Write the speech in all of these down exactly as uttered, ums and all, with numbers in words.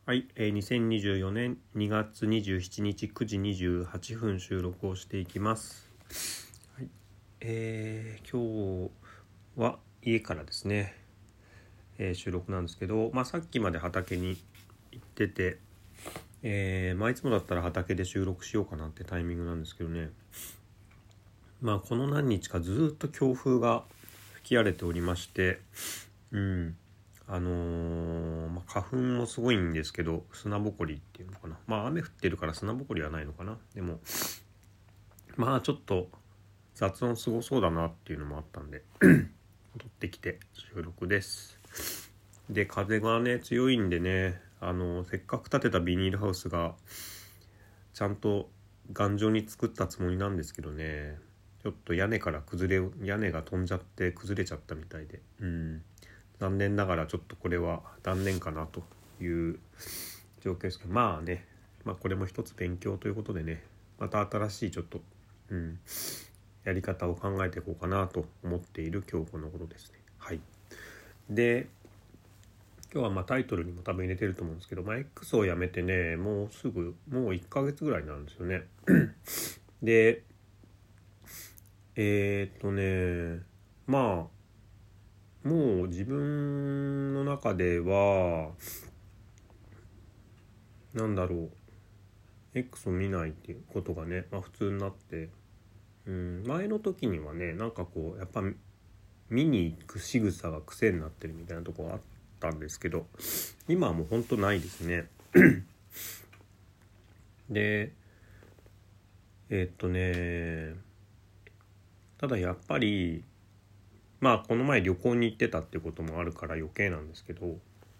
はい、えー、にせんにじゅうよねんにがつにじゅうしちにちくじにじゅうはっぷん収録をしていきます。はい、えー、今日は家からですね、えー、収録なんですけど、まあ、さっきまで畑に行ってて、えーまあ、いつもだったら畑で収録しようかなってタイミングなんですけどね、まあ、この何日かずっと強風が吹き荒れておりまして、うんあのーまあ、花粉もすごいんですけど、砂ぼこりっていうのかな、まあ雨降ってるから砂ぼこりはないのかな。でもまあちょっと雑音すごそうだなっていうのもあったんで戻ってきて収録です。で、風がね強いんでね、あのーせっかく建てたビニールハウスがちゃんと頑丈に作ったつもりなんですけどね、ちょっと屋根から崩れ屋根が飛んじゃって崩れちゃったみたいで、うん残念ながらちょっとこれは断念かなという状況ですけど、まあね、まあこれも一つ勉強ということでね、また新しいちょっと、うん、やり方を考えていこうかなと思っている今日このことですね。はい。で、今日はまあタイトルにも多分入れてると思うんですけど、まあ X をやめてね、もうすぐもういっかげつぐらいなんですよね。で、えー、っとね、まあもう自分の中ではなんだろう X を見ないっていうことがね、まあ、普通になって、うん、前の時にはねなんかこうやっぱ見に行く仕草が癖になってるみたいなところがあったんですけど、今はもうほんとないですね。でえー、っとねただやっぱりまあこの前旅行に行ってたってこともあるから余計なんですけど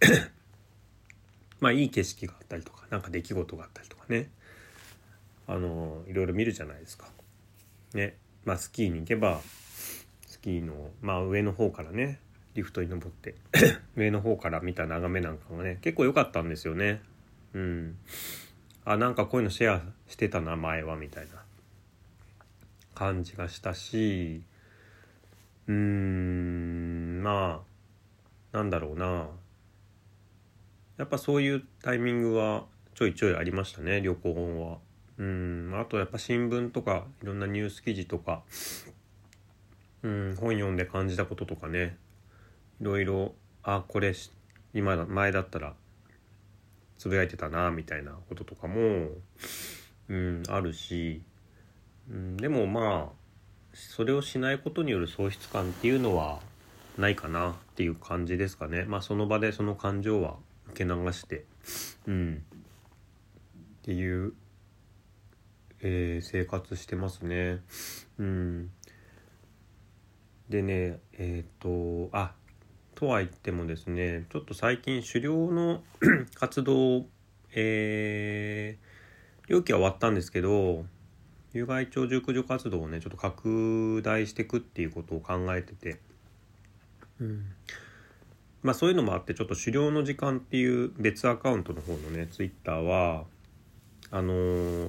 まあいい景色があったりとかなんか出来事があったりとかね、あのいろいろ見るじゃないですかね。まあスキーに行けばスキーのまあ上の方からねリフトに登って上の方から見た眺めなんかがね結構良かったんですよね。うんあなんかこういうのシェアしてたな前はみたいな感じがしたし、うーんまあなんだろうな、やっぱそういうタイミングはちょいちょいありましたね、旅行は。うんあとやっぱ新聞とかいろんなニュース記事とか、うん本読んで感じたこととかね、いろいろあこれ今だ前だったらつぶやいてたなみたいなこととかも、うん、あるし、うん、でもまあそれをしないことによる喪失感っていうのはないかなっていう感じですかね。まあその場でその感情は受け流して、うんっていう、えー生活してますね。うんでねえっ、とあとは言ってもですね、ちょっと最近狩猟の活動、えー、漁期は終わったんですけど、有害鳥獣駆除活動をねちょっと拡大していくっていうことを考えてて、うん、まあそういうのもあってちょっと狩猟の時間っていう別アカウントの方のねツイッターはあのー、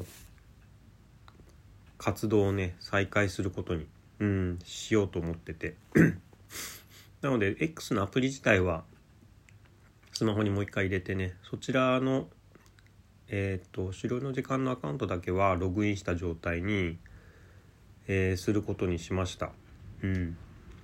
活動をね再開することに、うん、しようと思っててなので X のアプリ自体はスマホにもう一回入れてね、そちらのえっと狩猟の時間のアカウントだけはログインした状態に、えーすることにしました。うん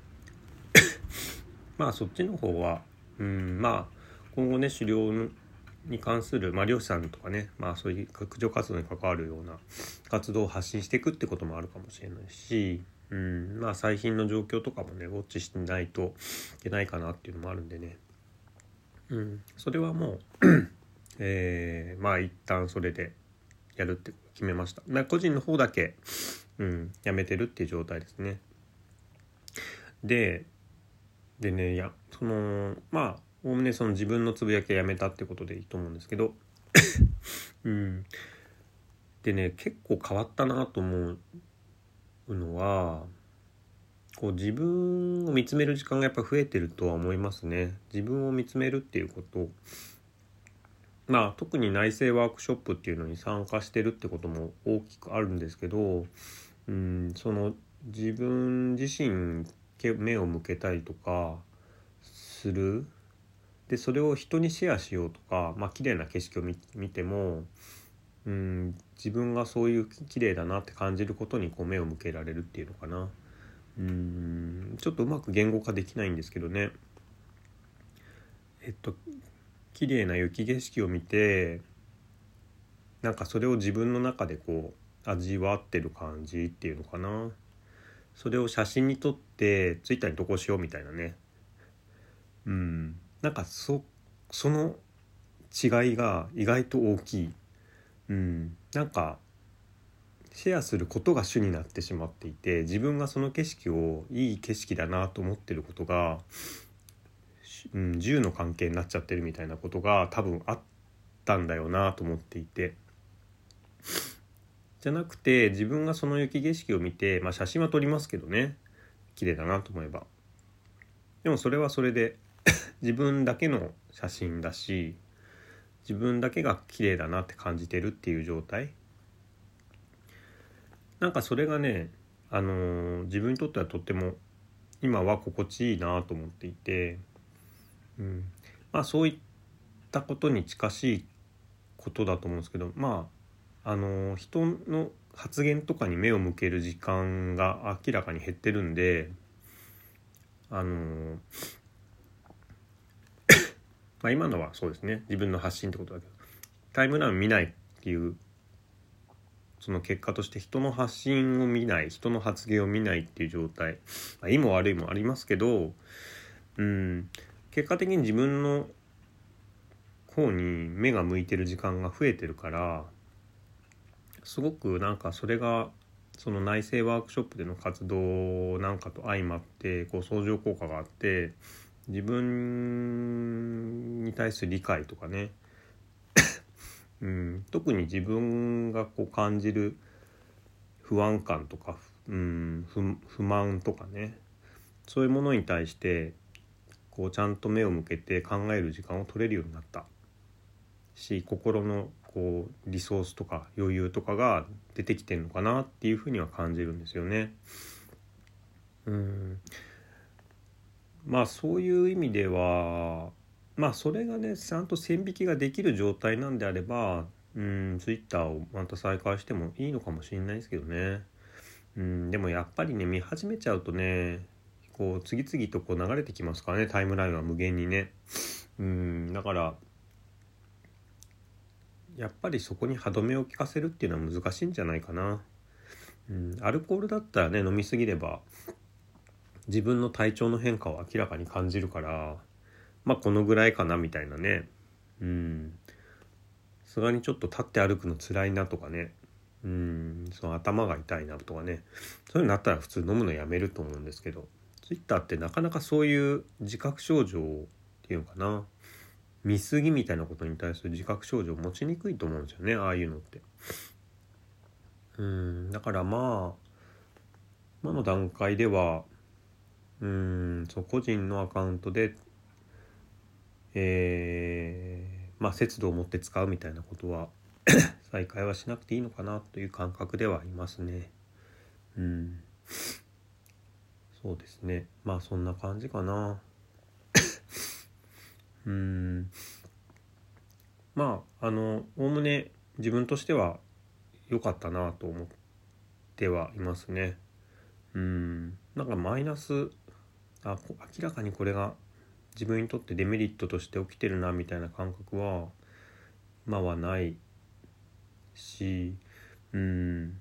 まあそっちの方は、うんまあ今後ね狩猟に関する、まあ、漁師さんとかね、まあそういう駆除活動に関わるような活動を発信していくってこともあるかもしれないし、うんまあ最新の状況とかもねウォッチしてないといけないかなっていうのもあるんでね、うんそれはもうえー、まあ一旦それでやるって決めました。まあ、個人の方だけ、うん、やめてるっていう状態ですね。ででねいやそのまあおおむねその自分のつぶやきはやめたってことでいいと思うんですけどうんでね結構変わったなと思うのは、こう自分を見つめる時間がやっぱ増えてるとは思いますね。自分を見つめるっていうこと、まあ特に内省ワークショップっていうのに参加してるってことも大きくあるんですけど、うんその自分自身目を向けたりとかする。 でそれを人にシェアしようとか、まあ綺麗な景色を 見, 見てもうん自分がそういう綺麗だなって感じることにこう目を向けられるっていうのかな。うんちょっとうまく言語化できないんですけどね。えっと綺麗な雪景色を見てなんかそれを自分の中でこう味わってる感じっていうのかな。それを写真に撮ってツイッターに投稿しようみたいなね。うんなんかそその違いが意外と大きい。うんなんかシェアすることが主になってしまっていて、自分がその景色をいい景色だなと思ってることが、うん、従の関係になっちゃってるみたいなことが多分あったんだよなと思っていて、じゃなくて自分がその雪景色を見て、まあ、写真は撮りますけどね、綺麗だなと思えば。でもそれはそれで自分だけの写真だし、自分だけが綺麗だなって感じてるっていう状態、なんかそれがね、あのー、自分にとってはとっても今は心地いいなと思っていて、うん、まあそういったことに近しいことだと思うんですけど、まああのー、人の発言とかに目を向ける時間が明らかに減ってるんで、あのーまあ、今のはそうですね、自分の発信ってことだけど、タイムライン見ないっていうその結果として人の発信を見ない、人の発言を見ないっていう状態、まあ、いいも悪いもありますけど、うん、結果的に自分の方に目が向いてる時間が増えてるから、すごくなんかそれがその内省ワークショップでの活動なんかと相まってこう相乗効果があって、自分に対する理解とかね、うん、特に自分がこう感じる不安感とか、うん、不, 不満とかね、そういうものに対してこうちゃんと目を向けて考える時間を取れるようになったし、心のこうリソースとか余裕とかが出てきてるのかなっていうふうには感じるんですよね。うんまあそういう意味では、まあそれがねちゃんと線引きができる状態なんであれば、うんツイッターをまた再開してもいいのかもしれないですけどね。うんでもやっぱりね、見始めちゃうとね、こう次々とこう流れてきますからね、タイムラインは無限にね。うんだからやっぱりそこに歯止めを効かせるっていうのは難しいんじゃないかな。うんアルコールだったらね、飲みすぎれば自分の体調の変化を明らかに感じるから、まあこのぐらいかなみたいなね。うんさすがにちょっと立って歩くの辛いなとかね、うんその頭が痛いなとかね、そういうのなったら普通飲むのやめると思うんですけど、ツイッターってなかなかそういう自覚症状っていうのかな、見過ぎみたいなことに対する自覚症状を持ちにくいと思うんですよね、ああいうのって。うんだからまあ今の段階ではうんそう個人のアカウントでえー、まあ節度を持って使うみたいなことは再開はしなくていいのかなという感覚ではありますね。うんそうですね、まあそんな感じかな。うんまああのおおむね自分としては良かったなと思ってはいますね。うんなんかマイナス、あ明らかにこれが自分にとってデメリットとして起きてるなみたいな感覚はまあはないし、うん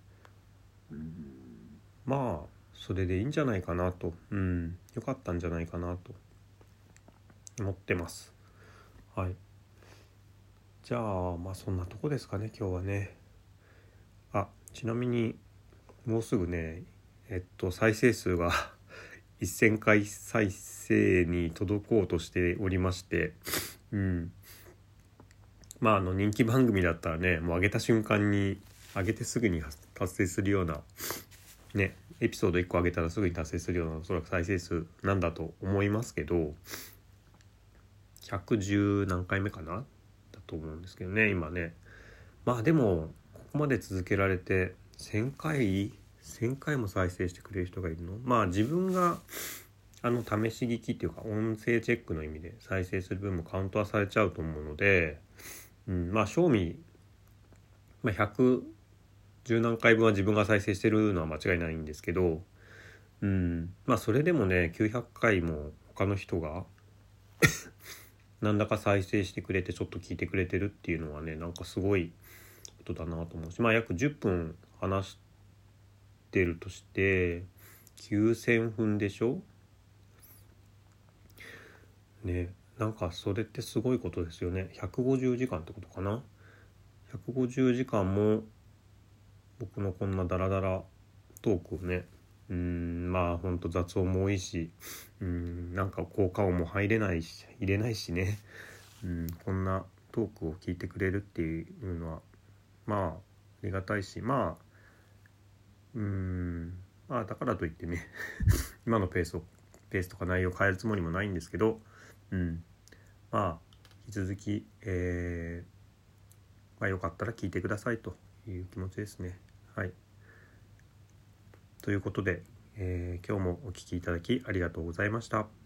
まあそれでいいんじゃないかなと、うん良かったんじゃないかなと思ってます。はいじゃあまあそんなとこですかね今日はね。あちなみにもうすぐねえっと再生数がせんかい再生に届こうとしておりまして、うんまああの人気番組だったらね、もう上げた瞬間に上げてすぐに達成するようなね、エピソードいっこ上げたらすぐに達成するようなおそらく再生数なんだと思いますけど、ひゃくじゅう何回目かなだと思うんですけどね今ね。まあでもここまで続けられてせんかいせんかいも再生してくれる人がいるの、まあ自分があの試し聞きっていうか音声チェックの意味で再生する分もカウントはされちゃうと思うので、うん、まあ賞味、まあ、ひゃくじゅう何回分は自分が再生してるのは間違いないんですけど、うん、まあそれでもねきゅうひゃっかいも他の人が何らか再生してくれてちょっと聞いてくれてるっていうのはね、なんかすごいことだなと思うし、まあ約じゅっぷん話してるとしてきゅうせんぷんでしょね。なんかそれってすごいことですよね。ひゃくごじゅうじかんってことかな。ひゃくごじゅうじかんも僕のこんなダラダラトークをね、うーんまあほんと雑音も多いし、うーんなんか効果音も入れないし入れないしね、うんこんなトークを聞いてくれるっていうのはまあありがたいし、まあうーんまあだからといってね今のペースをペースとか内容を変えるつもりもないんですけど、うんまあ引き続き、えーまあ、よかったら聞いてくださいという気持ちですね。はい。ということで、えー今日もお聞きいただきありがとうございました。